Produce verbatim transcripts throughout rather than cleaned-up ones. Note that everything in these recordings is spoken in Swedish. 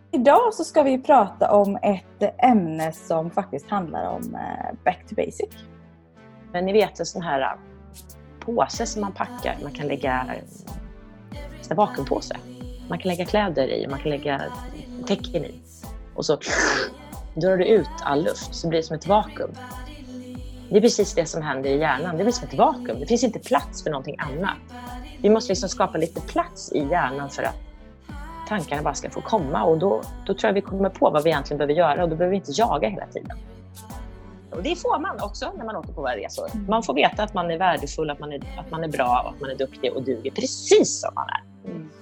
Idag så ska vi prata om ett ämne som faktiskt handlar om back to basic. Men ni vet en sån här påse som man packar. Man kan lägga en vakuumpåse. Man kan lägga kläder i, man kan lägga täcken i. Och så drar du ut all luft så blir det som ett vakuum. Det är precis det som händer i hjärnan. Det blir som ett vakuum. Det finns inte plats för någonting annat. Vi måste liksom skapa lite plats i hjärnan för att tankarna bara ska få komma. Och då, då tror jag vi kommer på vad vi egentligen behöver göra. Och då behöver vi inte jaga hela tiden. Och det får man också när man åker på våra resor. Man får veta att man är värdefull, att man är, att man är bra, och att man är duktig och duger precis som man är. Mm.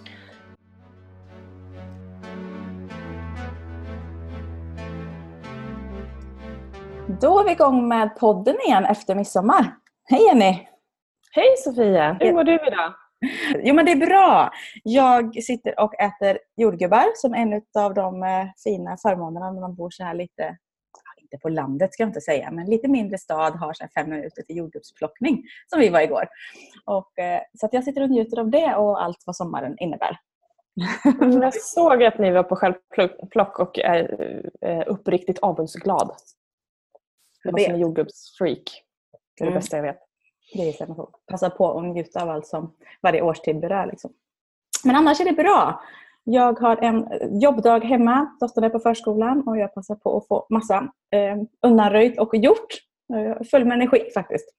Då är vi igång med podden igen efter midsommar. Hej Jenny! Hej Sofia! Hur mår du idag? Jo men det är bra. Jag sitter och äter jordgubbar som en av de fina förmånerna när man bor så här lite, inte på landet ska jag inte säga, men lite mindre stad har så här fem minuter till jordgubbsplockning som vi var igår. Och, så att jag sitter och njuter av det och allt vad sommaren innebär. Jag såg att ni var på självplock och är uppriktigt avundsglad. Det var som en jordgubbsfreak. Det är det mm. bästa jag vet. Det är så man passa på att njuta av allt som varje årstid berör. Liksom. Men annars är det bra. Jag har en jobbdag hemma. Dottern är på förskolan och jag passar på att få massa eh, undanröjt och gjort. Eh, full med energi faktiskt.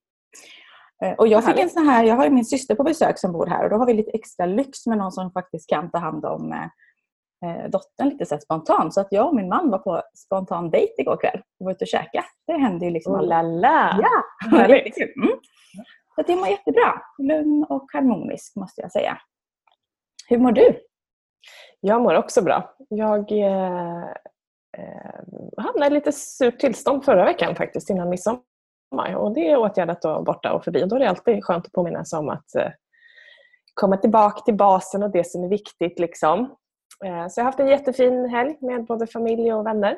Eh, och jag fick en sån här, jag har min syster på besök som bor här. Och då har vi lite extra lyx med någon som faktiskt kan ta hand om eh, dottern lite så här spontant. Så att jag och min man var på spontan dejt igår kväll. Vi var ute och käka. Det hände ju liksom. Oh la la! Ja, det var jättekul. Mm. Så det mår jättebra. Lugn och harmonisk måste jag säga. Hur mår du? Jag mår också bra. Jag eh, eh, hamnade i lite surt tillstånd förra veckan faktiskt innan midsommar. Och det är åtgärdat och borta och förbi. Och då är det alltid skönt att påminna sig om att eh, komma tillbaka till basen och det som är viktigt. Liksom. Eh, så jag har haft en jättefin helg med både familj och vänner.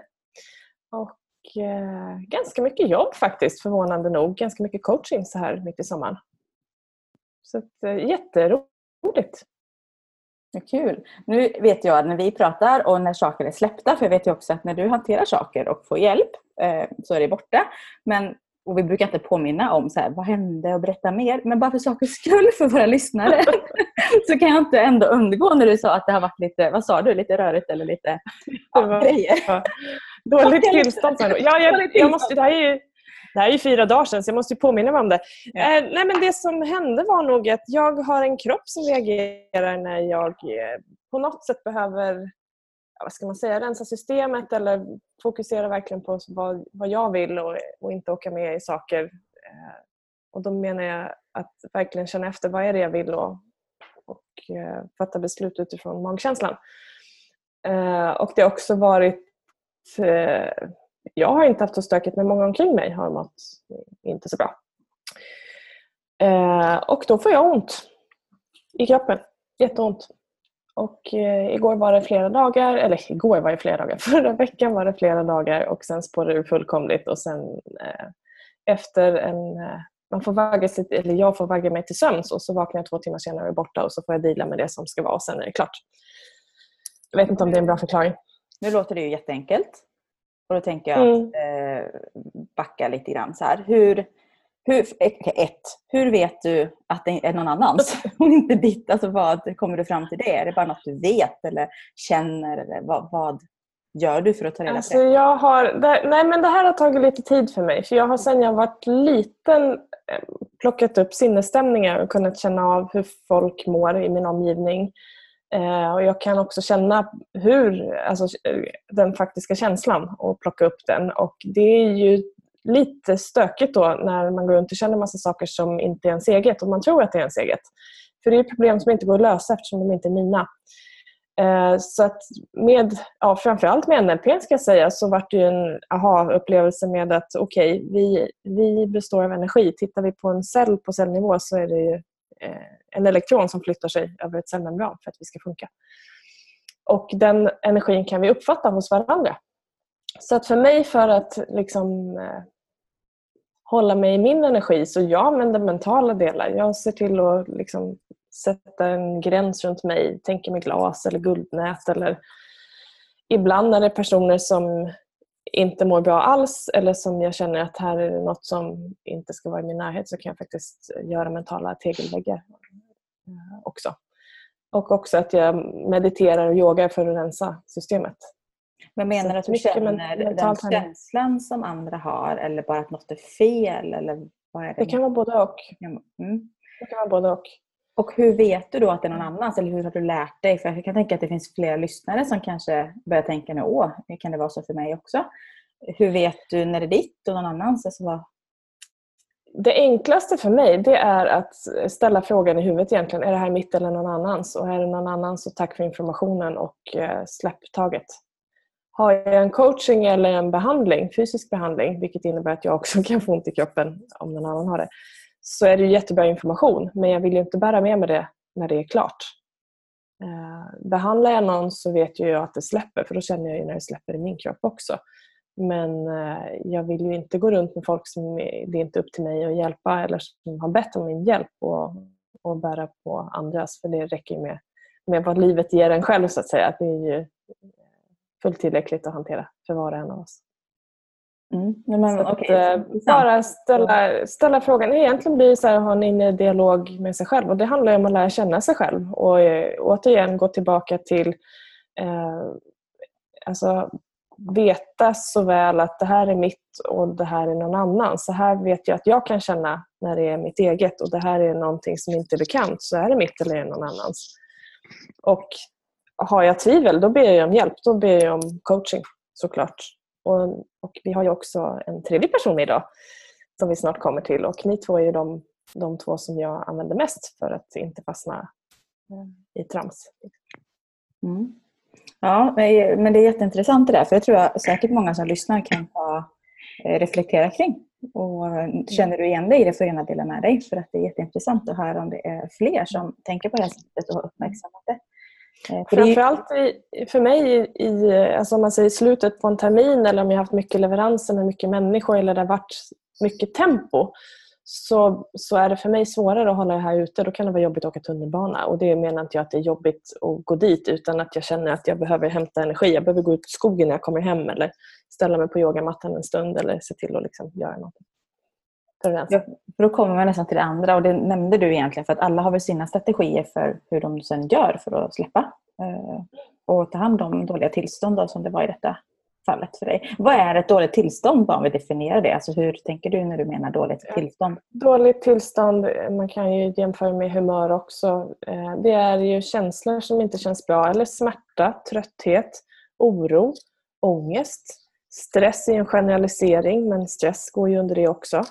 Och eh, ganska mycket jobb faktiskt, förvånande nog. Ganska mycket coaching så här mitt i sommaren. Så att, eh, jätteroligt. Ja, kul. Nu vet jag när vi pratar och när saker är släppta, för jag vet ju också att när du hanterar saker och får hjälp eh, så är det borta. Men, och vi brukar inte påminna om så här, vad hände och berätta mer. Men bara för sakens skull för våra lyssnare så kan jag inte ändå undgå när du sa att det har varit lite, vad sa du, lite rörigt eller lite ja, var, grejer. Ja. Dåligt tillstånd. Ja, jag, jag måste, det här är ju Det här är ju fyra dagar sedan så jag måste ju påminna mig om det. Ja. Eh, nej men det som hände var nog att jag har en kropp som reagerar när jag eh, på något sätt behöver, ja, vad ska man säga, rensa systemet eller fokusera verkligen på vad, vad jag vill och, och inte åka med i saker. Eh, och då menar jag att verkligen känna efter vad är det jag vill och, och eh, fatta beslut utifrån magkänslan. Eh, och det har också varit eh, jag har inte haft så stökigt, men många omkring mig har mått inte så bra. Eh, och då får jag ont i kroppen. Jätteont. Och eh, igår var det flera dagar, eller igår var det flera dagar, förra veckan var det flera dagar och sen spårade det fullkomligt. Och sen eh, efter en, eh, man får vagga sig, eller jag får vagga mig till sömns och så vaknar jag två timmar senare och är borta och så får jag deala med det som ska vara och sen är det klart. Jag vet inte om det är en bra förklaring. Nu låter det ju jätteenkelt. Och då tänker jag mm. att eh, backa lite grann så här. Hur, hur, ett, hur vet du att det är någon annans och inte ditt? Alltså vad kommer du fram till det? Är det bara något du vet eller känner? Eller vad, vad gör du för att ta reda på alltså, jag har, det? Nej men det här har tagit lite tid för mig. För jag har sedan jag varit liten plockat upp sinnesstämningar och kunnat känna av hur folk mår i min omgivning. Eh, och jag kan också känna hur, alltså, den faktiska känslan och plocka upp den. Och det är ju lite stökigt då när man går runt och känner massa saker som inte är ens eget och man tror att det är ens eget. För det är problem som inte går att lösa eftersom de inte är mina. Eh, så att med, ja, framförallt med N L P ska jag säga så var det ju en aha-upplevelse med att okej, okay, vi, vi består av energi. Tittar vi på en cell på cellnivå så är det ju en elektron som flyttar sig över ett cellmembran för att vi ska funka. Och den energin kan vi uppfatta hos varandra. Så att för mig, för att liksom eh, hålla mig i min energi, så jag använder mentala delar. Jag ser till att liksom sätta en gräns runt mig, tänker med glas eller guldnät eller ibland när det är personer som inte mår bra alls eller som jag känner att här är något som inte ska vara i min närhet, så kan jag faktiskt göra mentala tegelväggar också. Och också att jag mediterar och yogar för att rensa systemet. Men menar du att du känner den känslan som andra har, eller bara att något är fel? Eller vad är det? Det kan vara både och. Mm. Det kan vara både och. Och hur vet du då att det är någon annans? Eller hur har du lärt dig? För jag kan tänka att det finns flera lyssnare som kanske börjar tänka nu, åh, kan det vara så för mig också? Hur vet du när det är ditt och någon annans? Alltså vad... Det enklaste för mig, det är att ställa frågan i huvudet egentligen. Är det här mitt eller någon annans? Och är det någon annans, så tack för informationen och släpp taget. Har jag en coaching eller en behandling, fysisk behandling, vilket innebär att jag också kan få ont i kroppen om någon annan har det, så är det jättebra information. Men jag vill ju inte bära med mig det när det är klart. Eh, behandlar jag någon så vet ju jag att det släpper, för då känner jag ju när det släpper i min kropp också. Men eh, jag vill ju inte gå runt med folk som det är inte upp till mig att hjälpa, eller som har bett om min hjälp och, och bära på andras. För det räcker med, med vad livet ger en själv, så att säga. Att det är ju fullt tillräckligt att hantera för var och en av oss. Mm. Men, så okay. att, äh, bara ställa, ställa frågan. Egentligen blir det så här att ha en inre dialog med sig själv. Och det handlar om att lära känna sig själv. Och äh, återigen gå tillbaka till äh, alltså, veta så väl att det här är mitt och det här är någon annan. Så här vet jag att jag kan känna när det är mitt eget. Och det här är någonting som inte är bekant. Så är det mitt eller är det någon annans. Och har jag tvivel, då ber jag om hjälp. Då ber jag om coaching, såklart. Och, och vi har ju också en tredje person idag som vi snart kommer till. Och ni två är ju de, de två som jag använder mest för att inte fastna i trams. Mm. Ja, men det är jätteintressant det där. För jag tror att säkert många som lyssnar kan ha, reflektera kring. Och känner du igen dig i det, för ena delen med dig. För att det är jätteintressant att höra om det är fler som tänker på det här sättet och har uppmärksammat det. Framförallt i, för mig i, i alltså om man säger slutet på en termin, eller om jag har haft mycket leveranser med mycket människor, eller det har varit mycket tempo, så, så är det för mig svårare att hålla det här ute. Då kan det vara jobbigt att åka tunnelbana, och det menar inte jag att det är jobbigt att gå dit, utan att jag känner att jag behöver hämta energi. Jag behöver gå ut i skogen när jag kommer hem, eller ställa mig på yogamattan en stund, eller se till att liksom göra något. Ja, för då kommer man nästan till det andra, och det nämnde du egentligen, för att alla har väl sina strategier för hur de sen gör för att släppa eh, och ta hand om dåliga tillstånd då, som det var i detta fallet för dig. Vad är ett dåligt tillstånd, om vi definierar det? Alltså hur tänker du när du menar dåligt tillstånd? Dåligt tillstånd, man kan ju jämföra med humör också. Eh, det är ju känslor som inte känns bra, eller smärta, trötthet, oro, ångest, stress är en generalisering, men stress går ju under det också.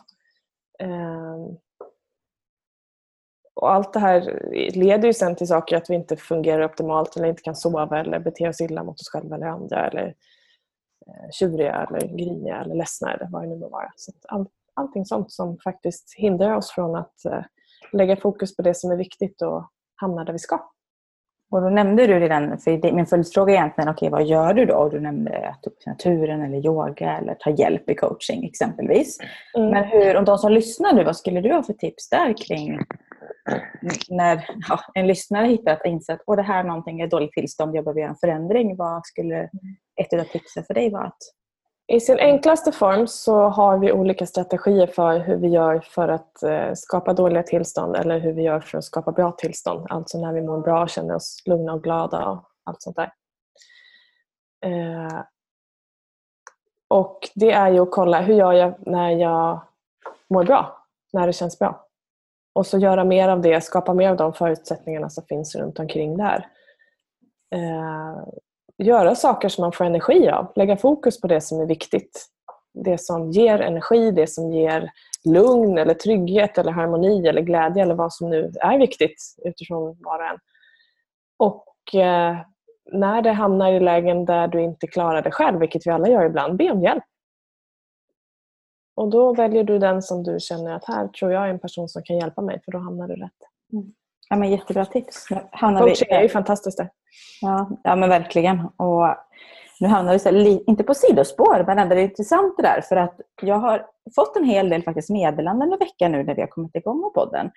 Och allt det här leder ju sen till saker att vi inte fungerar optimalt, eller inte kan sova, eller bete oss illa mot oss själva eller andra, eller tjuriga eller griniga eller ledsna, eller vad det nu må vara. Så all, allting sånt som faktiskt hindrar oss från att lägga fokus på det som är viktigt och hamna där vi ska. Och då nämnde du redan, för min följdfråga är egentligen, okej, okay, vad gör du då? Och du nämnde att du på naturen eller yoga eller ta hjälp i coaching exempelvis. Mm. Men hur, om de som lyssnar nu, vad skulle du ha för tips där kring när ja, en lyssnare hittar att inse att det här är någonting, är dåligt tillstånd, jag behöver göra en förändring. Vad skulle ett av tipsen för dig vara? Att... I sin enklaste form så har vi olika strategier för hur vi gör för att eh, skapa dåliga tillstånd, eller hur vi gör för att skapa bra tillstånd. Alltså när vi mår bra, känner oss lugna och glada och allt sånt där. Eh, och det är ju att kolla, hur gör jag när jag mår bra? När det känns bra. Och så göra mer av det, skapa mer av de förutsättningarna som finns runt omkring där. Eh, Göra saker som man får energi av. Lägga fokus på det som är viktigt. Det som ger energi, det som ger lugn eller trygghet eller harmoni eller glädje, eller vad som nu är viktigt utifrån var och en. Och eh, när det hamnar i lägen där du inte klarar det själv, vilket vi alla gör ibland, be om hjälp. Och då väljer du den som du känner att här tror jag är en person som kan hjälpa mig, för då hamnar du rätt. Mm. Ja, men jättebra tips. Coaching är ju fantastiskt där. Ja, ja, men verkligen. Och nu hamnar vi så här, inte på sidospår, men ändå är det intressant det där. För att jag har fått en hel del faktiskt meddelanden i veckan nu när vi har kommit igång med podden.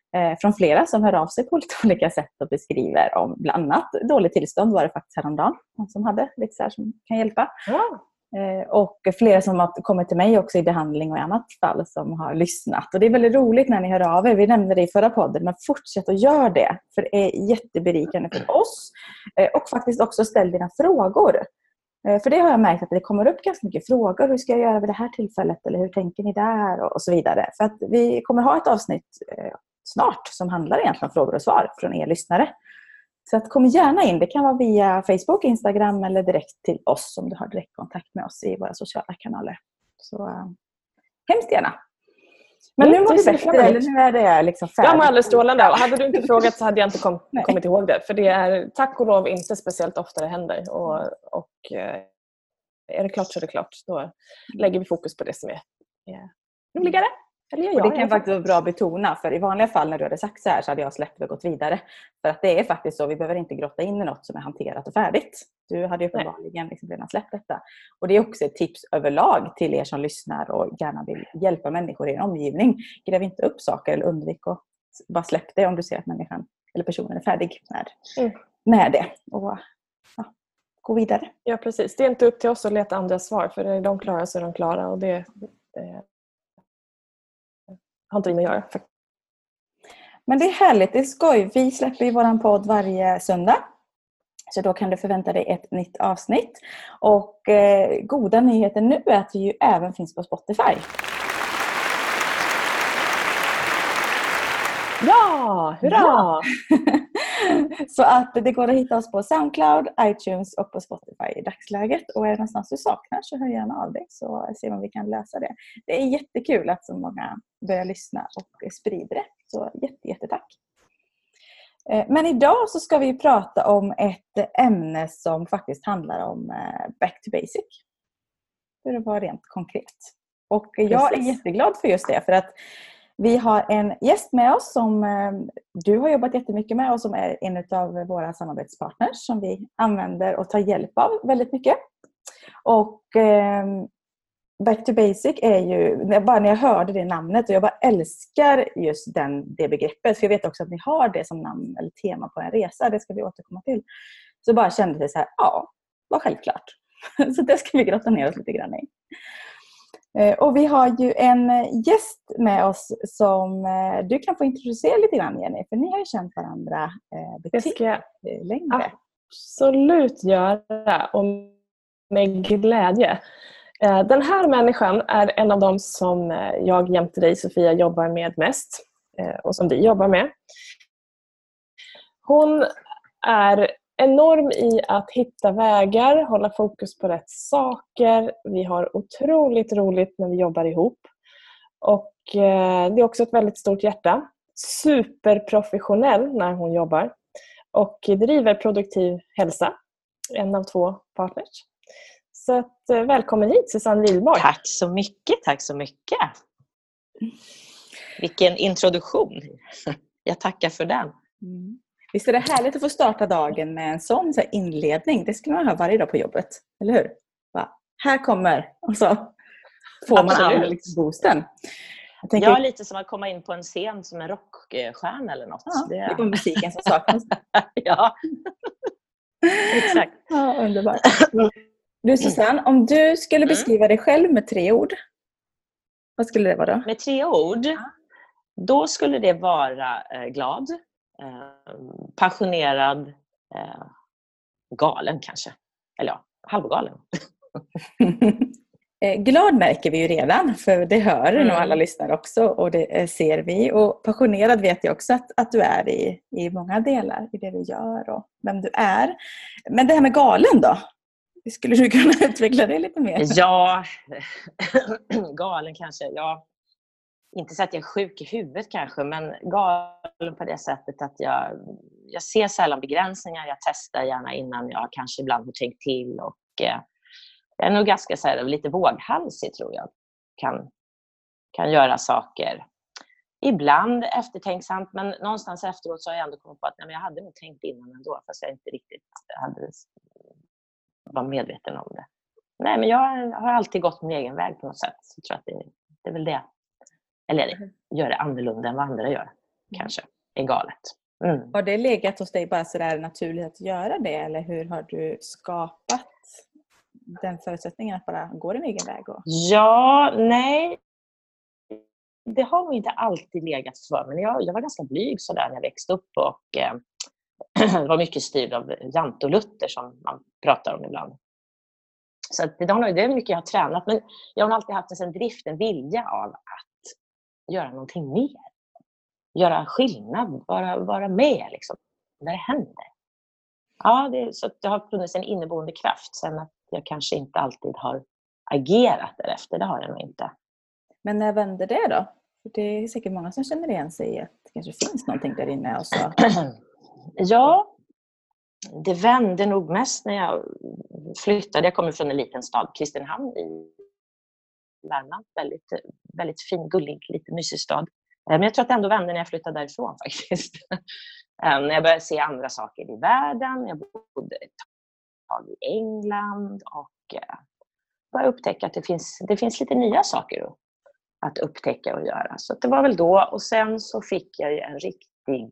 eh, från flera som hör av sig på lite olika sätt och beskriver om bland annat dåligt tillstånd var det faktiskt häromdagen. Någon som hade lite så här som kan hjälpa. Ja. Eh, och flera som har kommit till mig också i behandling och i annat fall som har lyssnat. Och det är väldigt roligt när ni hör av er. Vi nämnde det i förra podden, men fortsätt att göra det. För det är jätteberikande för oss. Eh, och faktiskt också ställ dina frågor. Eh, för det har jag märkt att det kommer upp ganska mycket frågor. Hur ska jag göra vid det här tillfället? Eller hur tänker ni där? Och, och så vidare. För att vi kommer ha ett avsnitt eh, snart som handlar egentligen om frågor och svar från er lyssnare. Så att kom gärna in. Det kan vara via Facebook, Instagram eller direkt till oss om du har direktkontakt med oss i våra sociala kanaler. Så äh, hemskt gärna. Men Mm, nu mår det du ser bättre, fram emot. eller nu är det liksom färdigt. Jag mår alldeles strålande. Och hade du inte frågat så hade jag inte kom, Nej. kommit ihåg det. För det är tack och lov inte speciellt ofta det händer. Och, och eh, är det klart så är det klart. Då lägger vi fokus på det som är, är roligare. Eller gör Och jag det i alla kan fall. faktiskt vara bra att betona, för i vanliga fall när du hade sagt så här så hade jag släppt och gått vidare. För att det är faktiskt så, vi behöver inte grotta in i något som är hanterat och färdigt. Du hade ju uppenbarligen liksom redan släppt detta. Och det är också ett tips överlag till er som lyssnar och gärna vill hjälpa människor i en omgivning. Gräv inte upp saker eller undvik och bara släpp det om du ser att människan eller personen är färdig med, Mm. med det. Och ja, gå vidare. Ja, precis. Det är inte upp till oss att leta andra svar. För är de klara så är de klara. Och det, det har inte vi med att göra. Men det är härligt, det är skoj. Vi släpper ju våran podd varje söndag. Så då kan du förvänta dig ett nytt avsnitt. Och eh, goda nyheter nu är att det ju även finns på Spotify. Ja, hurra! Ja. Så att det går att hitta oss på SoundCloud, iTunes och på Spotify i dagsläget. Och är det någonstans du saknar så hör gärna av dig så ser vi om vi kan lösa det. Det är jättekul att så många börjar lyssna och sprider det. Så jätte, jättetack. Men idag så ska vi prata om ett ämne som faktiskt handlar om back to basic. För att vara rent konkret. Och jag Precis. är jätteglad för just det. För att vi har en gäst med oss som du har jobbat jättemycket med och som är en av våra samarbetspartners som vi använder och tar hjälp av väldigt mycket. Och eh, back to basic är ju, bara när jag hörde det namnet och jag bara älskar just den, det begreppet. För jag vet också att ni har det som namn eller tema på en resa, det ska vi återkomma till. Så bara kände det så här, ja, vad självklart. Så det ska vi grotta ner oss lite grann i. Och vi har ju en gäst med oss som du kan få introducera lite grann, Jenny. För ni har ju känt varandra betydligt längre. Absolut göra och med glädje. Den här människan är en av dem som jag jämte dig, Sofia, jobbar med mest. Och som vi jobbar med. Hon är enorm i att hitta vägar, hålla fokus på rätt saker. Vi har otroligt roligt när vi jobbar ihop. Och eh, det är också ett väldigt stort hjärta. Superprofessionell när hon jobbar. Och driver Produktiv hälsa. En av två partners. Så att, eh, välkommen hit, Susanne Wihlborg. Tack så mycket, tack så mycket. Vilken introduktion. Jag tackar för den. Mm. Visst är det härligt att få starta dagen med en sån så här inledning. Det skulle man ha varje dag på jobbet, eller hur? Va? Här kommer, och så får man all liksom boosten. Jag tänker, ja, lite som att komma in på en scen som en rockstjärna eller något. Ja, det är det är musiken som saknas. Ja, exakt. Ja, underbart. Du Susanne, om du skulle beskriva dig själv med tre ord, vad skulle det vara då? Med tre ord? Då skulle det vara eh, glad. Eh, passionerad, eh, galen kanske. Eller ja, halvgalen. Glad märker vi ju redan, för det hör Mm. nog alla lyssnare också och det ser vi. Och passionerad vet jag också att, att du är i, i många delar i det du gör och vem du är. Men det här med galen då? Skulle du kunna utveckla det lite mer? Ja, galen kanske. Ja. Inte så att jag är sjuk i huvudet kanske, men galen på det sättet att jag, jag ser sällan begränsningar. Jag testar gärna innan jag kanske ibland har tänkt till. Och eh, jag är nog ganska så här, lite våghalsig tror jag. Kan, kan göra saker. Ibland eftertänksamt, men någonstans efteråt så har jag ändå kommit på att nej, men jag hade nog tänkt innan ändå. Fast jag inte riktigt hade, var medveten om det. Nej, men jag har alltid gått min egen väg på något sätt. Så jag tror att det, det är väl det. Eller gör det annorlunda än vad andra gör. kanske är galet. Mm. Har det legat hos dig bara sådär naturligt att göra det? Eller hur har du skapat den förutsättningen att bara gå din egen väg? Och... Ja, nej. Det har nog inte alltid legat för mig. Jag, jag var ganska blyg sådär när jag växte upp. Och eh, det var mycket styrd av Jante och Luther som man pratar om ibland. Så att det, det är mycket jag har tränat. Men jag har alltid haft en sån drift, en vilja av att göra någonting mer. Göra skillnad, vara, vara med liksom, när det händer. Ja, det, så att det har funnits en inneboende kraft. Sen att jag kanske inte alltid har agerat därefter, det har jag nog inte. Men när vände det då? För det är säkert många som känner igen sig i att det kanske finns någonting där inne. Och så. Ja, det vände nog mest när jag flyttade. Jag kommer från en liten stad, Kristinehamn i Värmland. Väldigt, väldigt fin, gullig, lite mysig stad. Men jag tror att det ändå vände när jag flyttade därifrån faktiskt. När jag började se andra saker i världen. Jag bodde ett tag i England och började upptäcka att det finns, det finns lite nya saker att upptäcka och göra. Så det var väl då. Och sen så fick jag en riktig...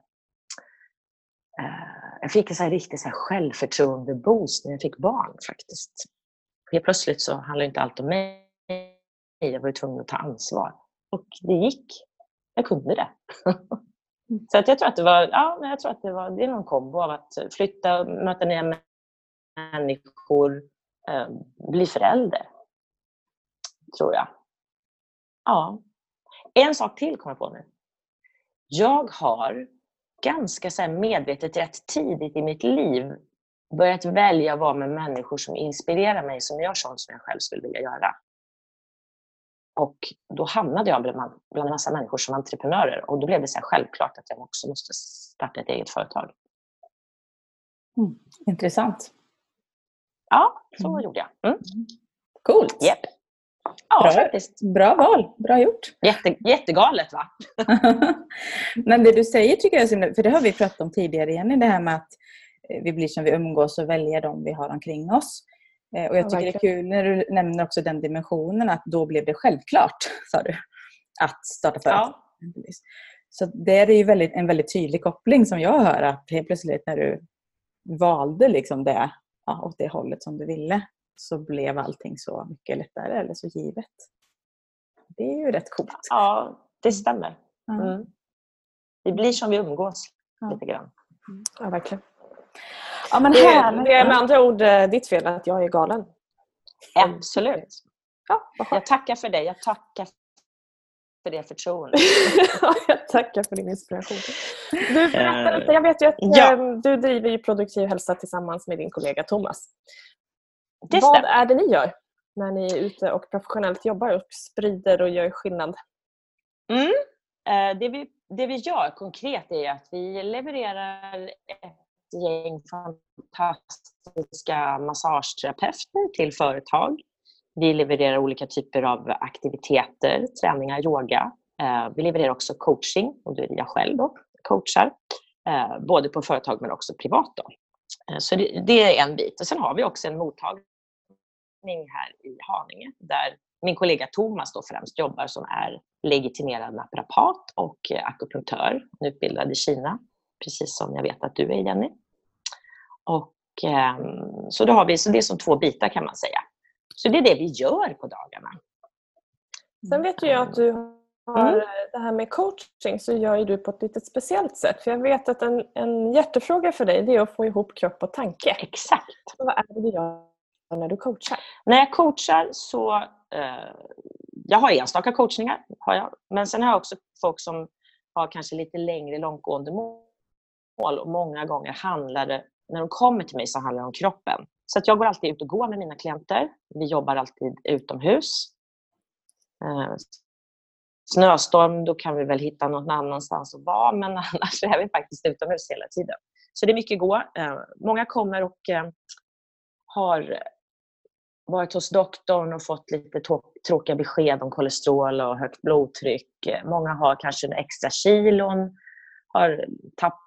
Jag fick en så här riktig så här självförtroende-boost när jag fick barn faktiskt. Helt plötsligt så handlade inte allt om mig. Jag var ju tvungen att ta ansvar. Och det gick. Jag kunde det. Så att jag tror att det var, ja, jag tror att det var, det är någon kombo av att flytta, möta nya människor, eh, bli förälder. Tror jag. Ja. En sak till kommer jag på nu. Jag har ganska så här medvetet rätt tidigt i mitt liv börjat välja att vara med människor som inspirerar mig, som gör sånt som jag själv skulle vilja göra. Och då hamnade jag bland, bland en massa människor som entreprenörer. Och då blev det så här självklart att jag också måste starta ett eget företag. Mm. Intressant. Ja, så Mm. gjorde jag. Mm. Coolt. Yep. Ja, Bra. faktiskt. Bra val. Bra gjort. Jätte, jättegalet, va? Men det du säger tycker jag, för det har vi pratat om tidigare igen, i det här med att vi blir som vi umgås och väljer dem vi har omkring oss. Och jag tycker ja, det är kul när du nämner också den dimensionen, att då blev det självklart, sa du, att starta företag. Ja. Så det är ju väldigt, en väldigt tydlig koppling som jag hör, att helt plötsligt när du valde liksom det, ja, åt det hållet som du ville, så blev allting så mycket lättare eller så givet. Det är ju rätt coolt. Ja, det stämmer. Mm. Det blir som vi umgås ja. lite grann. Ja, verkligen. Ja, men det, här, det är med andra ord ditt fel att jag är galen. Absolut. Ja, jag tackar för dig. Jag tackar för det förtroendet. Jag tackar för din inspiration. Du, jag vet ju att ja. du driver ju Produktiv hälsa tillsammans med din kollega Thomas. Det Vad stämmer. är det ni gör när ni är ute och professionellt jobbar och sprider och gör skillnad? Mm. Det, vi, det vi gör konkret är att vi levererar ett gäng fantastiska massageterapeuter till företag. Vi levererar olika typer av aktiviteter, träningar, yoga. Vi levererar också coaching, och då är det jag själv då, coachar. Både på företag men också privat då. Så det, det är en bit. Och sen har vi också en mottagning här i Haninge där min kollega Thomas då främst jobbar, som är legitimerad naprapat och akupunktör, utbildad i Kina. Precis som jag vet att du är, Jenny. Och, så, då har vi, så det är som två bitar kan man säga. Så det är det vi gör på dagarna. Sen vet jag att du har mm. det här med coaching, så gör du på ett lite speciellt sätt. För jag vet att en, en hjärtefråga för dig, det är att få ihop kropp och tanke. Exakt. Så vad är det du gör när du coachar? När jag coachar så... Eh, jag har enstaka coachningar, har jag. Men sen har jag också folk som har kanske lite längre, långtgående mål. Och många gånger handlar det... När de kommer till mig så handlar det om kroppen. Så att jag går alltid ut och går med mina klienter. Vi jobbar alltid utomhus. Eh, snöstorm, då kan vi väl hitta någon annanstans att vara. Men annars är vi faktiskt utomhus hela tiden. Så det är mycket gå. Eh, många kommer och eh, har varit hos doktorn och fått lite tå- tråkiga besked om kolesterol och högt blodtryck. Många har kanske en extra kilon. Har tappat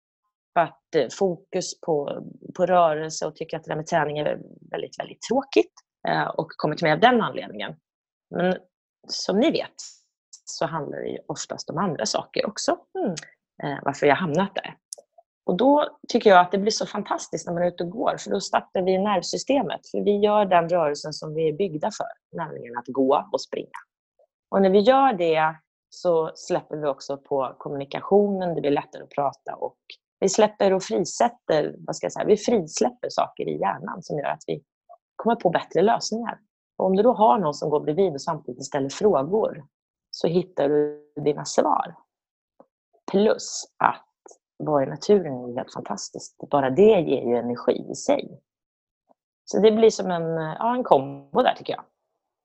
fokus på, på rörelse och tycker att det där med träning är väldigt, väldigt tråkigt. Eh, och kommer till mig av den anledningen. Men som ni vet så handlar det ju oftast om andra saker också. Mm. Eh, varför jag hamnat där. Och då tycker jag att det blir så fantastiskt när man är ute och går. För då startar vi nervsystemet. För vi gör den rörelsen som vi är byggda för. Nämligen att gå och springa. Och när vi gör det så släpper vi också på kommunikationen. Det blir lättare att prata. Och vi släpper och frisätter, vad ska jag säga, vi frisläpper saker i hjärnan som gör att vi kommer på bättre lösningar. Och om du då har någon som går bredvid och samtidigt ställer frågor så hittar du dina svar. Plus att vara i naturen är helt fantastiskt. Bara det ger ju energi i sig. Så det blir som en, ja, en kombo där tycker jag.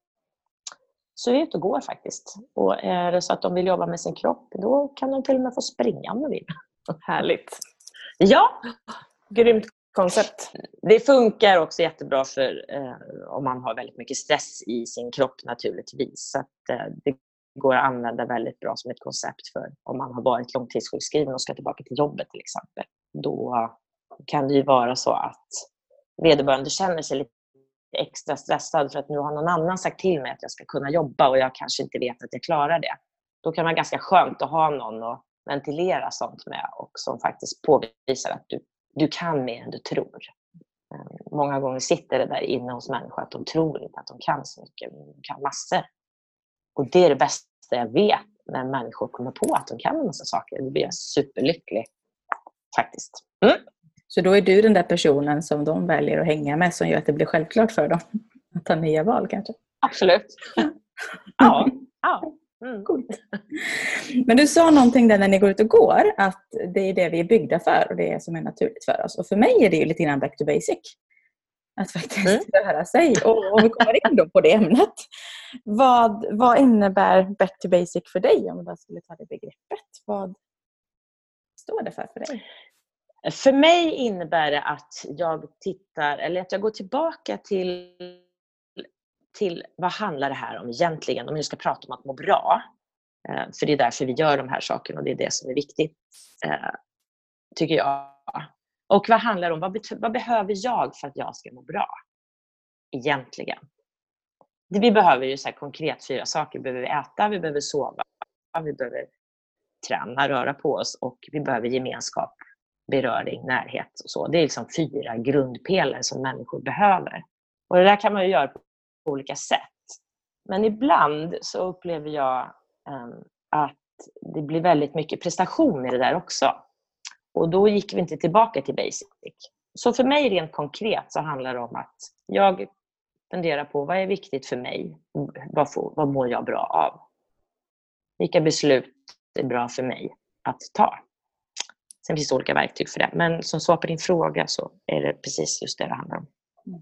Så vi är ute och går faktiskt. Och är det så att de vill jobba med sin kropp, då kan de till och med få springa om de vill. Härligt. Ja! Grymt koncept. Det funkar också jättebra för eh, om man har väldigt mycket stress i sin kropp naturligtvis. Så att, eh, det går att använda väldigt bra som ett koncept för om man har varit långtidssjukskriven och ska tillbaka till jobbet till exempel. Då kan det ju vara så att vederbörande känner sig lite extra stressad för att nu har någon annan sagt till mig att jag ska kunna jobba och jag kanske inte vet att jag klarar det. Då kan det vara ganska skönt att ha någon att ventilera sånt med och som faktiskt påvisar att du, du kan mer än du tror. Många gånger sitter det där inne hos människor att de tror inte att de kan så mycket, men de kan massor. Och det är det bästa jag vet när människor kommer på att de kan en massa saker. Då blir jag superlycklig faktiskt. Mm. Så då är du den där personen som de väljer att hänga med som gör att det blir självklart för dem att ta nya val kanske? Absolut. Ja. Ja. Mm. Coolt. Men du sa någonting där när ni går ut och går att det är det vi är byggda för och det är som är naturligt för oss. Och för mig är det ju lite grann back to basic. Att faktiskt mm. röra sig. Och, och vi kommer in då på det ämnet. Vad, vad innebär back to basic för dig om du bara skulle ta det begreppet? Vad står det för för dig? För mig innebär det att jag tittar, eller att jag går tillbaka till, till vad handlar det här om egentligen? Om vi ska prata om att må bra. För det är därför vi gör de här sakerna och det är det som är viktigt, tycker jag. Och vad handlar det om? Vad, bet- vad behöver jag för att jag ska må bra? Egentligen. Det vi behöver ju så här konkret fyra saker. Vi behöver äta, vi behöver sova, vi behöver träna, röra på oss och vi behöver gemenskap, beröring, närhet och så. Det är liksom fyra grundpelare som människor behöver. Och det där kan man ju göra på olika sätt. Men ibland så upplever jag um, att det blir väldigt mycket prestation i det där också. Och då gick vi inte tillbaka till basic. Så för mig rent konkret så handlar det om att jag funderar på vad är viktigt för mig? Vad, får, vad mår jag bra av? Vilka beslut är bra för mig att ta? Sen finns det olika verktyg för det. Men som svar på din fråga så är det precis just det det handlar om. Mm.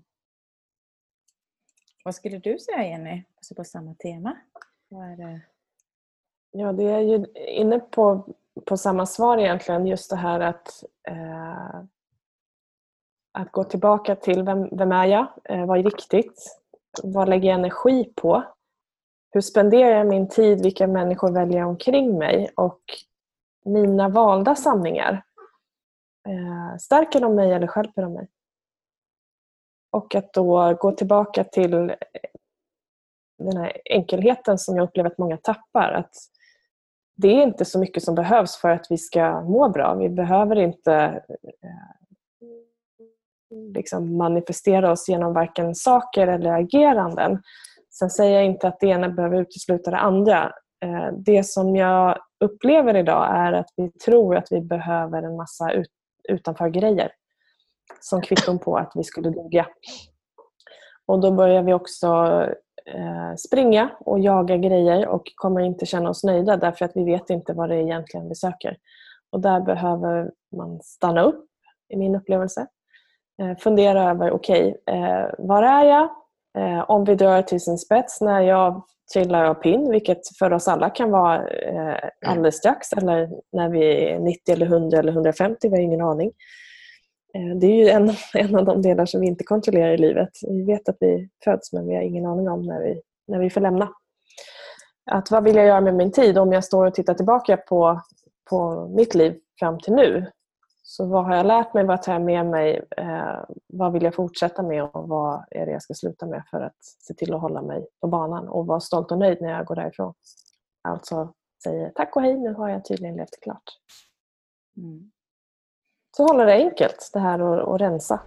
Vad skulle du säga, Jenny? Alltså på samma tema? Vad är det? Ja, det är ju inne på, på samma svar egentligen. Just det här att, eh, att gå tillbaka till vem, vem är jag? Eh, vad är viktigt? Vad lägger jag energi på? Hur spenderar jag min tid? Vilka människor väljer jag omkring mig? Och mina valda sanningar. Eh, stärker de mig eller stjälper de mig? Och att då gå tillbaka till den här enkelheten som jag upplever att många tappar. Att det är inte så mycket som behövs för att vi ska må bra. Vi behöver inte eh, liksom manifestera oss genom varken saker eller ageranden. Sen säger jag inte att det ena behöver utesluta det andra. Eh, det som jag upplever idag är att vi tror att vi behöver en massa ut, utanför grejer som kvitton på att vi skulle duga. Och då börjar vi också eh, springa och jaga grejer och kommer inte känna oss nöjda därför att vi vet inte vad det är egentligen vi söker. Och där behöver man stanna upp i min upplevelse. Eh, fundera över, okej, okay, eh, var är jag? Eh, om vi drar till sin spets när jag trillar av pinn, vilket för oss alla kan vara eh, alldeles strax, eller när vi är nittio eller hundra eller hundrafemtio, vi har ingen aning. Eh, det är ju en, en av de delar som vi inte kontrollerar i livet. Vi vet att vi föds men vi har ingen aning om när vi, när vi får lämna. Att vad vill jag göra med min tid om jag står och tittar tillbaka på, på mitt liv fram till nu? Så vad har jag lärt mig, vad tar jag med mig, eh, vad vill jag fortsätta med och vad är det jag ska sluta med för att se till att hålla mig på banan och vara stolt och nöjd när jag går därifrån. alltså säger tack och hej, nu har jag tydligen levt klart. Mm. Så håller det enkelt, det här att, att rensa.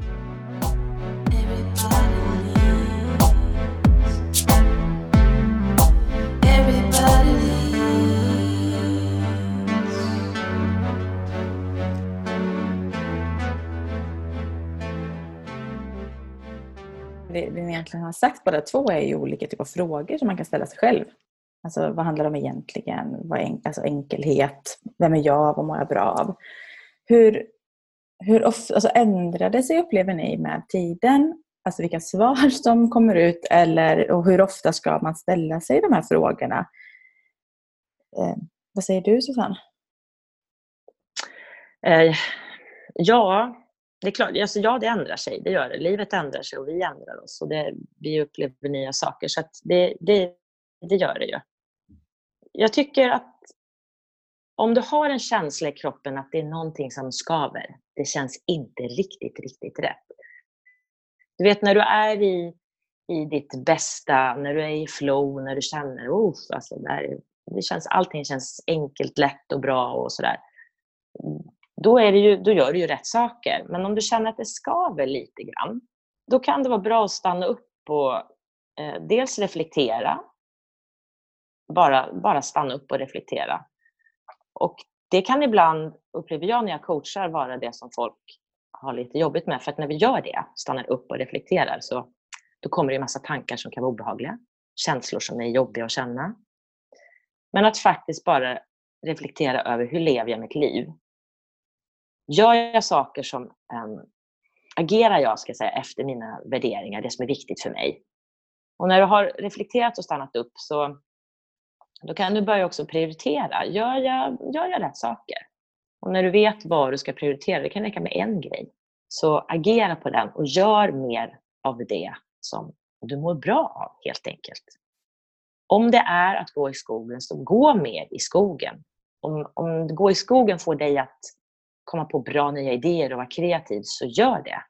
Det vi egentligen har sagt båda två är ju olika typer av frågor som man kan ställa sig själv. Alltså vad handlar det om egentligen? Vad är en, alltså enkelhet? Vem är jag? Vad mår jag bra av? Hur, hur ofta alltså ändrade sig upplever ni med tiden? Alltså vilka svar som kommer ut eller och hur ofta ska man ställa sig de här frågorna? Eh, vad säger du, Susanne? Eh, ja, det är klart. Alltså, ja, det ändrar sig. Det gör det. Livet ändrar sig och vi ändrar oss. Och det, vi upplever nya saker. Så att det, det, det gör det ju. Jag tycker att om du har en känsla i kroppen att det är någonting som skaver. Det känns inte riktigt, riktigt rätt. Du vet när du är i, i ditt bästa, när du är i flow, när du känner oh, alltså, det, här, det känns, allting känns enkelt, lätt och bra och sådär. Då, är det ju, då gör du ju rätt saker. Men om du känner att det skaver lite grann, då kan det vara bra att stanna upp och eh, dels reflektera. Bara, bara stanna upp och reflektera. Och det kan ibland, upplever jag när jag coachar, vara det som folk har lite jobbigt med. För att när vi gör det, stannar upp och reflekterar, så då kommer det en massa tankar som kan vara obehagliga. Känslor som är jobbiga att känna. Men att faktiskt bara reflektera över hur lever jag mitt liv. Gör jag saker som um, agerar jag ska säga, efter mina värderingar, det som är viktigt för mig. Och när du har reflekterat och stannat upp så då kan du börja också prioritera. Gör jag, gör jag rätt saker? Och när du vet vad du ska prioritera, det kan räcka med en grej. Så agera på den och gör mer av det som du mår bra av helt enkelt. Om det är att gå i skogen, så gå mer i skogen. Om, om gå i skogen får dig att komma på bra nya idéer och vara kreativ, så gör det.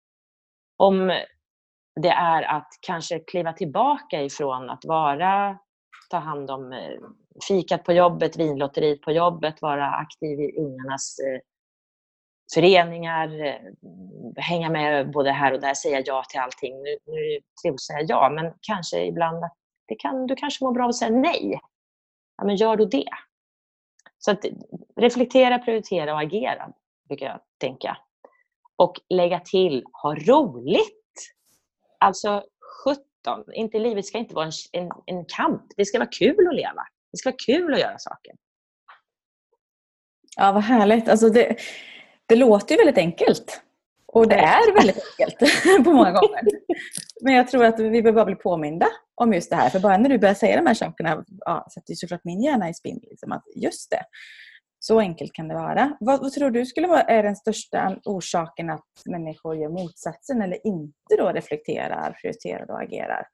Om det är att kanske kliva tillbaka ifrån att vara, ta hand om fikat på jobbet, vinlotteriet på jobbet, vara aktiv i ungarnas eh, föreningar, eh, hänga med både här och där, säga ja till allting. Nu, nu är det trevligt att säga ja, men kanske ibland att det kan, du kanske mår bra av att säga nej. Ja, men gör du det? Så att reflektera, prioritera och agera, brukar jag tänka. Och lägga till, ha roligt. Alltså sjutton, inte, livet ska inte vara en, en, en kamp. Det ska vara kul att leva. Det ska vara kul att göra saker. Ja, vad härligt. Alltså det, det låter ju väldigt enkelt. Och det är väldigt enkelt på många gånger. Men jag tror att vi behöver bli påminda om just det här. För bara när du börjar säga de här sakerna, ja, sätter ju såklart min hjärna i spinn. Liksom, att just det, så enkelt kan det vara. Vad, vad tror du skulle vara är den största orsaken att människor gör motsatsen eller inte då reflekterar, prioriterar och agerar?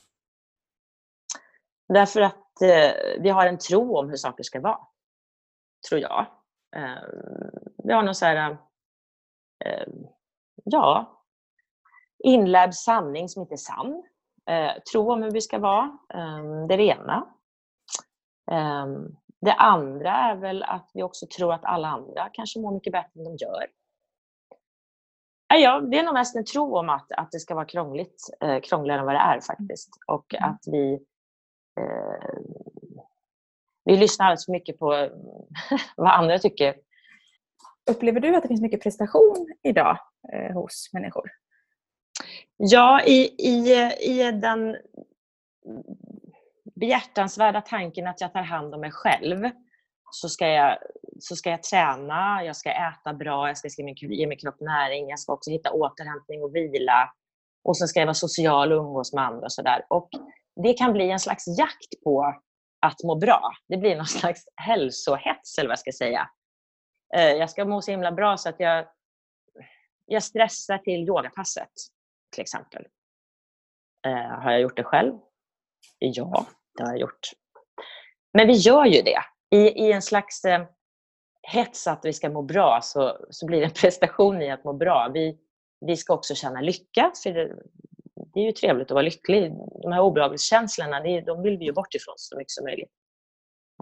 Därför att eh, vi har en tro om hur saker ska vara. Tror jag. Eh, vi har någon så här... Eh, ja, inlärd sanning som inte är sann. Eh, tro om hur vi ska vara. Eh, det är det ena. Eh, det andra är väl att vi också tror att alla andra kanske mår mycket bättre än de gör. Eh, ja, det är nog mest en tro om att, att det ska vara krångligt. Eh, krångligare än vad det är faktiskt. Och att vi... Eh, vi lyssnar alldeles för mycket på vad andra tycker. Upplever du att det finns mycket prestation idag eh, hos människor? Ja, i, i, i den behjärtansvärda tanken att jag tar hand om mig själv så ska jag, så ska jag träna, jag ska äta bra, jag ska ge min kropp näring, jag ska också hitta återhämtning och vila. Och sen ska jag vara social och umgås med andra och sådär. Och det kan bli en slags jakt på att må bra. Det blir någon slags hälsohets eller vad jag ska säga. Jag ska må så himla bra så att jag, jag stressar till yogapasset till exempel. Eh, har jag gjort det själv? Ja, det har jag gjort. Men vi gör ju det. I, i en slags eh, hets att vi ska må bra så, så blir det en prestation i att må bra. Vi, vi ska också känna lycka. För det, det är ju trevligt att vara lycklig. De här obehagskänslorna, det, de vill vi ju bort ifrån så mycket som möjligt.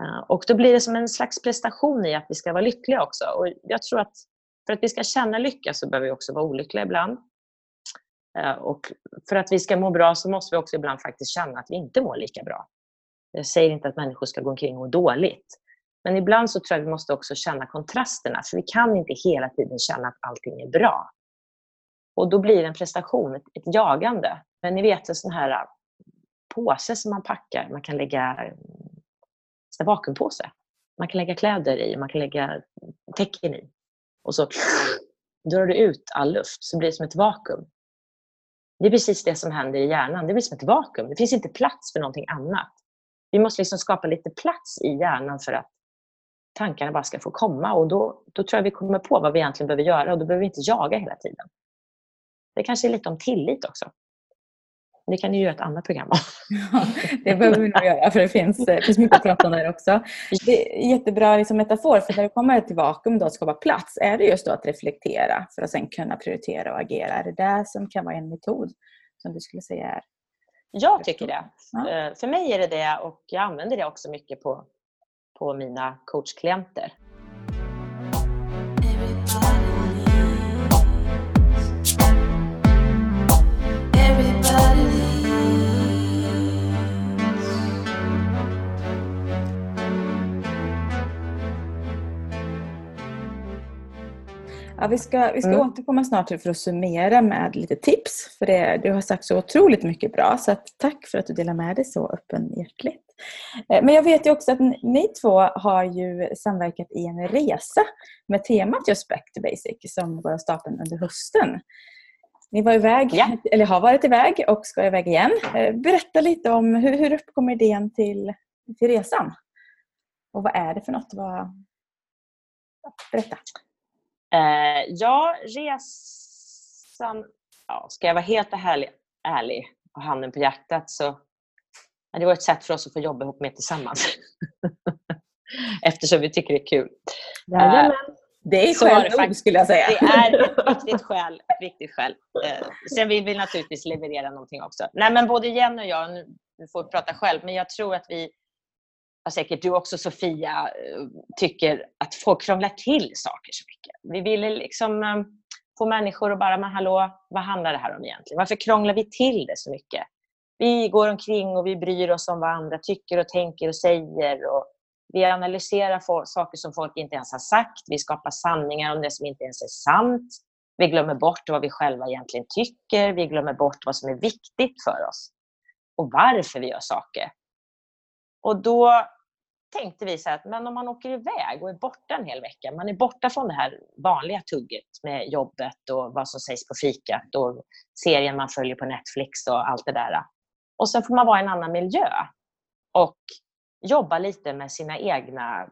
Och då blir det som en slags prestation i att vi ska vara lyckliga också. Och jag tror att för att vi ska känna lycka så behöver vi också vara olyckliga ibland. Och för att vi ska må bra så måste vi också ibland faktiskt känna att vi inte mår lika bra. Jag säger inte att människor ska gå omkring och må dåligt. Men ibland så tror jag att vi måste också känna kontrasterna. För vi kan inte hela tiden känna att allting är bra. Och då blir det en prestation, ett, ett jagande. Men ni vet en sån här påse som man packar. Man kan lägga en vakuumpåse. Man kan lägga kläder i, man kan lägga tecken i. Och så drar du ut all luft så blir det som ett vakuum. Det är precis det som händer i hjärnan. Det blir som ett vakuum. Det finns inte plats för någonting annat. Vi måste liksom skapa lite plats i hjärnan för att tankarna bara ska få komma. Och då, då tror jag vi kommer på vad vi egentligen behöver göra. Och då behöver vi inte jaga hela tiden. Det kanske är lite om tillit också. Det kan ni ju göra ett annat program om. Ja, det behöver vi nog göra för det finns, det finns mycket att prata om där också. Det är jättebra liksom, metafor för när det kommer till vakuum då att skapa plats är det just då att reflektera för att sen kunna prioritera och agera. Är det där som kan vara en metod som du skulle säga är? Jag tycker det. Ja. För mig är det det och jag använder det också mycket på, på mina coachklienter. Ja, vi ska, vi ska mm. återkomma snart för att summera med lite tips. För det, du har sagt så otroligt mycket bra. Så att, tack för att du delar med dig så öppenhjärtligt. Men jag vet ju också att ni två har ju samverkat i en resa med temat just Back to Basic som går av stapeln under hösten. Ni var iväg, ja. eller har varit iväg och ska iväg igen. Berätta lite om hur, hur uppkom idén till, till resan. Och vad är det för något? Vad... Berätta. Uh, ja, resan... Ja, ska jag vara helt ärlig, ärlig och handen på hjärtat så... Ja, det var ett sätt för oss att få jobba ihop med tillsammans. Eftersom vi tycker det är kul. Uh, det är skäl nog skulle jag säga. Det är ett viktigt skäl. Ett viktigt skäl. Uh, sen vill vi naturligtvis leverera någonting också. Nej, men både Jenny och jag, nu får vi prata själv, men jag tror att vi... Ja, säkert du också Sofia tycker att folk krånglar till saker så mycket. Vi ville liksom um, få människor att bara, men hallå, vad handlar det här om egentligen? Varför krånglar vi till det så mycket? Vi går omkring och vi bryr oss om vad andra tycker och tänker och säger. Och vi analyserar for, saker som folk inte ens har sagt. Vi skapar sanningar om det som inte ens är sant. Vi glömmer bort vad vi själva egentligen tycker. Vi glömmer bort vad som är viktigt för oss. Och varför vi gör saker. Och då tänkte vi så här att men om man åker iväg och är borta en hel vecka, man är borta från det här vanliga tugget med jobbet och vad som sägs på fikat och serien man följer på Netflix och allt det där. Och sen får man vara i en annan miljö och jobba lite med sina egna,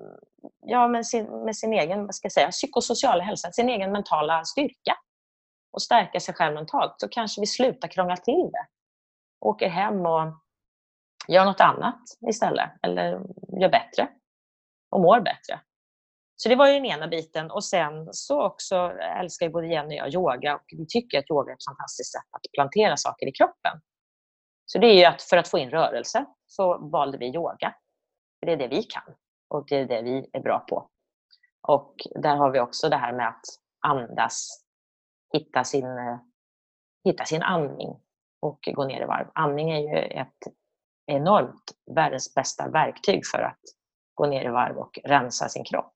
ja med sin, med sin egen, vad ska jag säga, psykosociala hälsa, sin egen mentala styrka och stärka sig själv mentalt. Så kanske vi slutar krångla till det. Åker hem och gör något annat istället. Eller gör bättre. Och mår bättre. Så det var ju den ena biten. Och sen så också älskar ju både Jenny och jag yoga. Och vi tycker att yoga är ett fantastiskt sätt att plantera saker i kroppen. Så det är ju att för att få in rörelse så valde vi yoga. För det är det vi kan. Och det är det vi är bra på. Och där har vi också det här med att andas. Hitta sin, hitta sin andning. Och gå ner i varv. Andning är ju ett enormt världens bästa verktyg för att gå ner i varv och rensa sin kropp.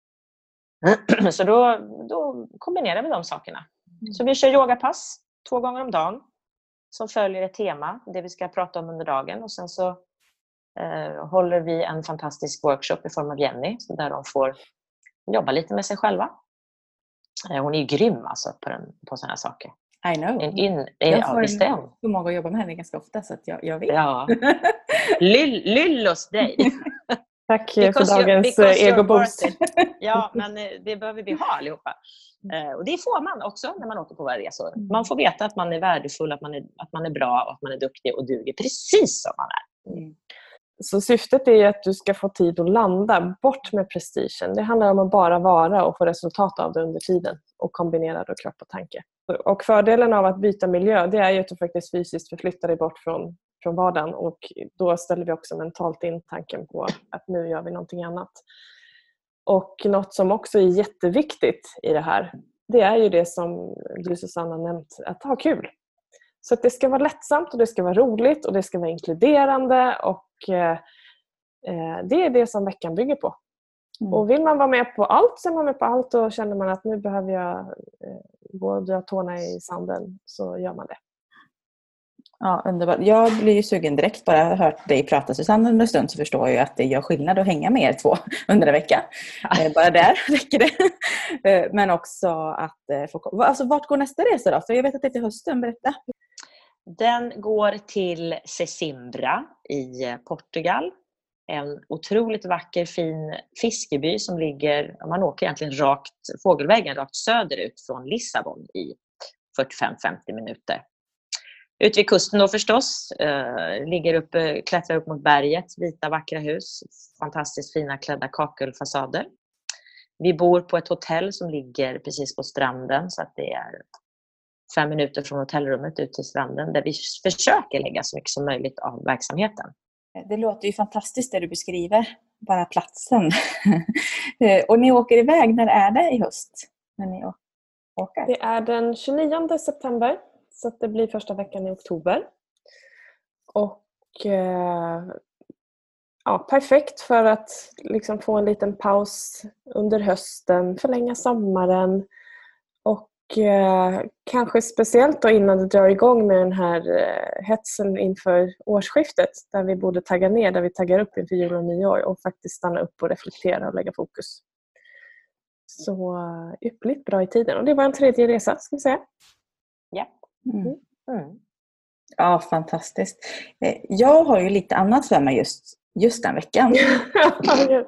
Så då, då kombinerar vi de sakerna. Så vi kör yogapass två gånger om dagen som följer ett tema, det vi ska prata om under dagen. Och sen så eh, håller vi en fantastisk workshop i form av Jenny där de får jobba lite med sig själva. Eh, hon är ju grym alltså på, den, på sådana här saker. I know. En in, jag ja, visst är hon. Jag får jobba med henne ganska ofta så att jag, jag vet. Ja. Lyll, lyll hos dig. Tack because för dagens egoboost. Ja, men det behöver vi ha allihopa. Och det får man också när man åker på våra resor. Man får veta att man är värdefull, att man är, att man är bra och att man är duktig och duger precis som man är. Mm. Så syftet är att du ska få tid att landa bort med prestigen. Det handlar om att bara vara och få resultat av det under tiden och kombinera då kropp och tanke. Och fördelen av att byta miljö, det är ju att du faktiskt fysiskt förflyttar dig bort från från vardagen, och då ställer vi också mentalt in tanken på att nu gör vi någonting annat. Och något som också är jätteviktigt i det här, det är ju det som du, Susanna, nämnt, att ha kul. Så att det ska vara lättsamt och det ska vara roligt och det ska vara inkluderande, och eh, det är det som veckan bygger på. Mm. Och vill man vara med på allt så är man med på allt, och känner man att nu behöver jag eh, gå och dra tårna i sanden, så gör man det. Ja, underbart. Jag blir ju sugen direkt, bara jag har hört dig prata, Susanna, under en stund, så förstår jag ju att det gör skillnad att hänga med er två under en vecka. Ja. Bara där räcker det. Men också att få... Alltså, vart går nästa resa då? För jag vet att det är till hösten, berätta. Den går till Sesimbra i Portugal. En otroligt vacker, fin fiskeby som ligger, man åker egentligen rakt, fågelvägen rakt söderut från Lissabon i fyrtiofem till femtio minuter. Ut vid kusten då förstås, eh, ligger upp, klättrar upp mot berget, vita vackra hus, fantastiskt fina klädda kakelfasader. Vi bor på ett hotell som ligger precis på stranden, så att det är fem minuter från hotellrummet ut till stranden, där vi försöker lägga så mycket som möjligt av verksamheten. Det låter ju fantastiskt det du beskriver, bara platsen. Och ni åker iväg, när är det i höst? När ni åker? Det är den tjugonionde september, så att det blir första veckan i oktober. Och eh, ja, perfekt för att liksom få en liten paus under hösten, förlänga sommaren, och eh, kanske speciellt då innan det drar igång med den här eh, hetsen inför årsskiftet, där vi borde tagga ner, där vi taggar upp inför jul och nyår och faktiskt stanna upp och reflektera och lägga fokus. Så uh, yppligt bra i tiden. Och det var en tredje resa, ska vi säga. Ja. Mm. Mm. Ja, fantastiskt. Jag har ju lite annat för mig just, just den veckan. Ja,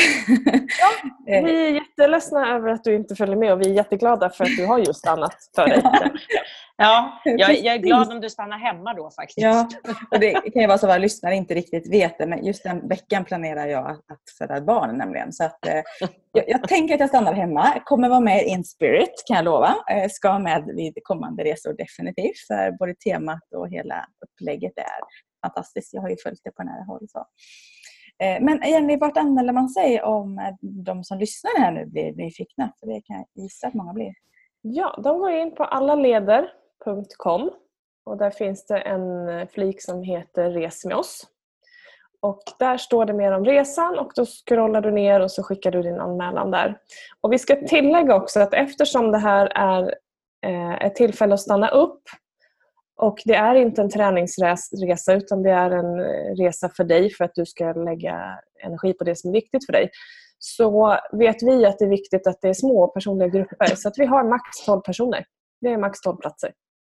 vi är jätteledsna över att du inte följer med, och vi är jätteglada för att du har just annat för dig. Ja, jag, jag är glad om du stannar hemma då faktiskt. Ja, och det kan ju vara så att våra lyssnare inte riktigt vet det, men just den veckan planerar jag att, att föda barn nämligen. Så att, eh, jag, jag tänker att jag stannar hemma, kommer vara med in spirit, kan jag lova. Eh, ska med vid kommande resor definitivt, för både temat och hela upplägget är fantastiskt. Jag har ju följt det på nära håll. Så. Eh, men Jenny, vart anmäler man sig om de som lyssnar här nu blir nyfikna? För det kan jag gissa att många blir. Ja, de går in på allaleder punkt com, och där finns det en flik som heter Res med oss. Och där står det mer om resan, och då scrollar du ner och så skickar du din anmälan där. Och vi ska tillägga också att eftersom det här är ett tillfälle att stanna upp, och det är inte en träningsresa utan det är en resa för dig för att du ska lägga energi på det som är viktigt för dig, så vet vi att det är viktigt att det är små personliga grupper. Så att vi har max tolv personer. Det är max tolv platser.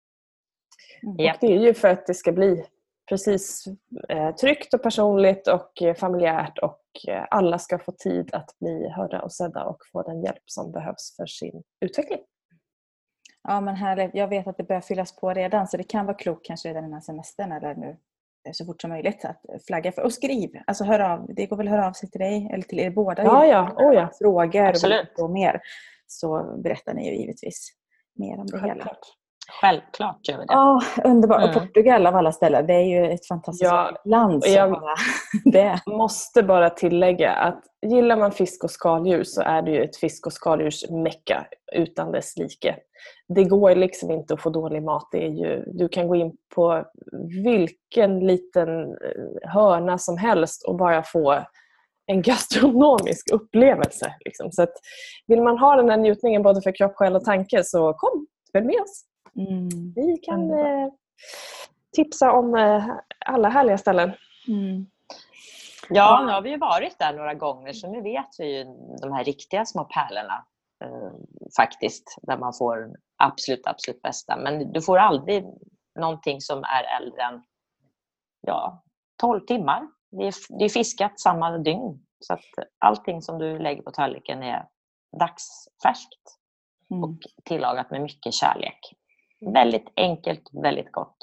Mm. Och det är ju för att det ska bli precis eh, tryggt och personligt och eh, familjärt, och eh, alla ska få tid att bli hörda och sedda och få den hjälp som behövs för sin utveckling. Ja, men härligt. Jag vet att det börjar fyllas på redan, så det kan vara klokt kanske redan innan semestern eller nu så fort som möjligt att flagga för. Och skriv, alltså hör av, det går väl att höra av sig till dig eller till er båda. Ja, ja. Oh, ja. Frågor Absolut. Och mer, så berättar ni ju givetvis mer om det Självklart. hela. Självklart gör vi det. Ja, underbart. Mm. Och Portugal av alla ställen, det är ju ett fantastiskt ja, land. Så jag det. måste bara tillägga att gillar man fisk och skaldjur så är det ju ett fisk och skaldjurs mecka utan dess like. Det går liksom inte att få dålig mat. Det är ju, du kan gå in på vilken liten hörna som helst och bara få en gastronomisk upplevelse. Liksom. Så att vill man ha den här njutningen både för kropp, själ och tanke, så kom, följ med oss. Mm. Vi kan eh, tipsa om eh, alla härliga ställen. Mm. Ja, nu har vi ju varit där några gånger, så nu vet vi ju de här riktiga små pärlorna eh, faktiskt, där man får absolut, absolut bästa. Men du får aldrig någonting som är äldre än ja, tolv timmar. Det är, det är fiskat samma dygn, så att allting som du lägger på tallriken är dagsfärskt mm. och tillagat med mycket kärlek. Väldigt enkelt, väldigt gott.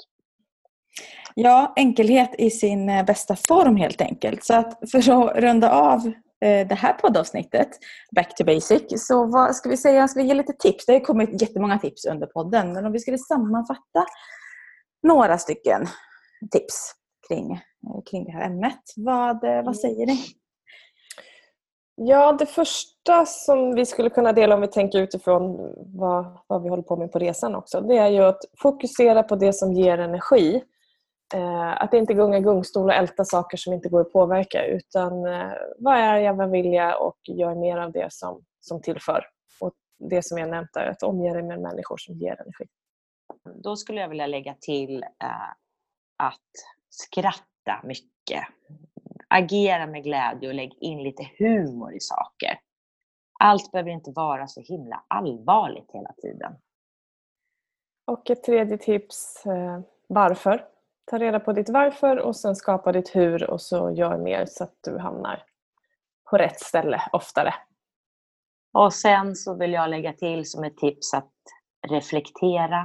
Ja, enkelhet i sin bästa form helt enkelt. Så att för att runda av det här poddavsnittet, Back to Basic, så vad ska vi säga? Ska vi ge lite tips? Det har kommit jättemånga tips under podden, men om vi skulle sammanfatta några stycken tips, kring, kring det här ämnet. Vad, vad säger ni? Ja, det första som vi skulle kunna dela om vi tänker utifrån vad, vad vi håller på med på resan också, det är ju att fokusera på det som ger energi. Eh, att inte gunga gungstol och älta saker som inte går att påverka, utan eh, vad är jag, vad vill jag, och gör mer av det som, som tillför. Och det som jag nämnt är att omge dig med människor som ger energi. Då skulle jag vilja lägga till eh, att skratta mycket. Agera med glädje och lägg in lite humor i saker. Allt behöver inte vara så himla allvarligt hela tiden. Och ett tredje tips, eh, varför. Ta reda på ditt varför och sen skapa ditt hur, och så gör mer så att du hamnar på rätt ställe oftare. Och sen så vill jag lägga till som ett tips att reflektera,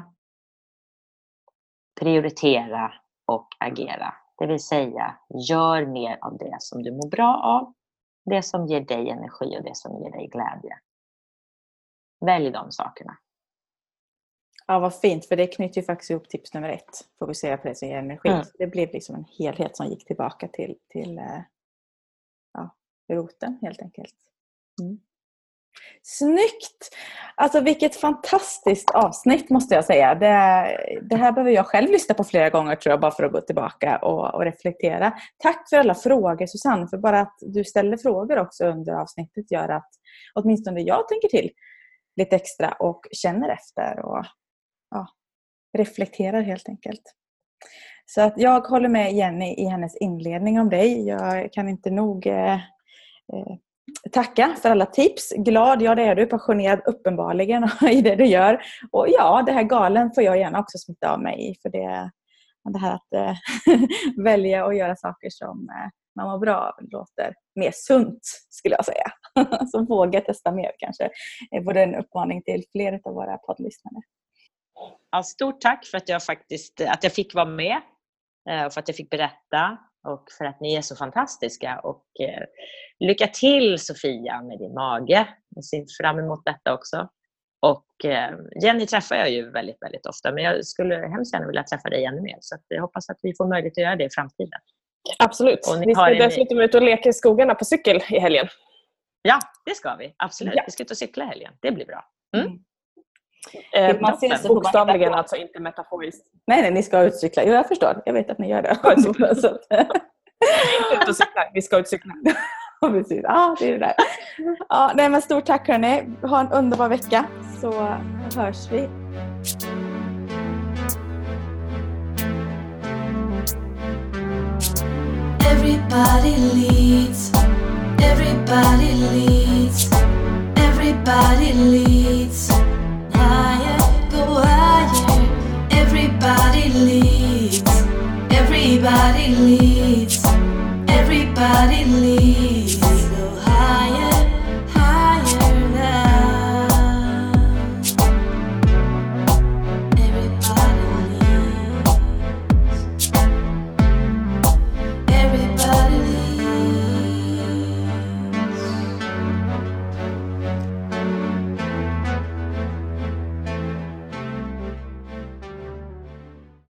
prioritera och agera. Det vill säga, gör mer av det som du mår bra av, det som ger dig energi och det som ger dig glädje. Välj de sakerna. Ja, vad fint, för det knyter ju faktiskt ihop tips nummer ett. Fokusera på det som ger energi. Mm. Det blev liksom en helhet som gick tillbaka till, till ja, roten helt enkelt. Mm. Snyggt! Alltså vilket fantastiskt avsnitt måste jag säga. Det, det här behöver jag själv lyssna på flera gånger tror jag, bara för att gå tillbaka och, och reflektera. Tack för alla frågor Susanne, för bara att du ställer frågor också under avsnittet gör att åtminstone jag tänker till lite extra och känner efter och ja, reflekterar helt enkelt. Så att jag håller med Jenny i hennes inledning om dig. Jag kan inte nog eh, eh, tacka för alla tips. Glad, ja det är du, passionerad uppenbarligen i det du gör. Och ja, det här galen får jag gärna också smitta av mig i. För det, det här att eh, välja och göra saker som eh, man mår bra av låter mer sunt skulle jag säga. Så våga testa mer kanske. Det är både en uppmaning till fler av våra poddlyssnare. Ja, stort tack för att jag faktiskt att jag fick vara med. Och för att jag fick berätta. Och för att ni är så fantastiska. Och eh, lycka till Sofia med din mage. Jag ser fram emot detta också. Och eh, Jenny träffar jag ju väldigt, väldigt ofta. Men jag skulle hemskt gärna vilja träffa dig ännu mer. Så att jag hoppas att vi får möjlighet att göra det i framtiden. Absolut. Vi ska en... dessutom ut och leka i skogarna på cykel i helgen. Ja, det ska vi. Absolut. Ja. Vi ska ut och cykla i helgen. Det blir bra. Mm. Mm. Eh, man ser så bokstavligen, alltså inte metaforiskt. Nej, nej, ni ska ut och cykla. Jo, jag förstår. Jag vet att ni gör det. Ut och cykla. Vi ska ut och cykla. Ja, precis. Ja, det är det där. Ja, nej, men stort tack hörni. Ha en underbar vecka. Så hörs vi. Everybody leads. Everybody leads. Everybody leads. Higher, go higher. Everybody leads. Everybody leads.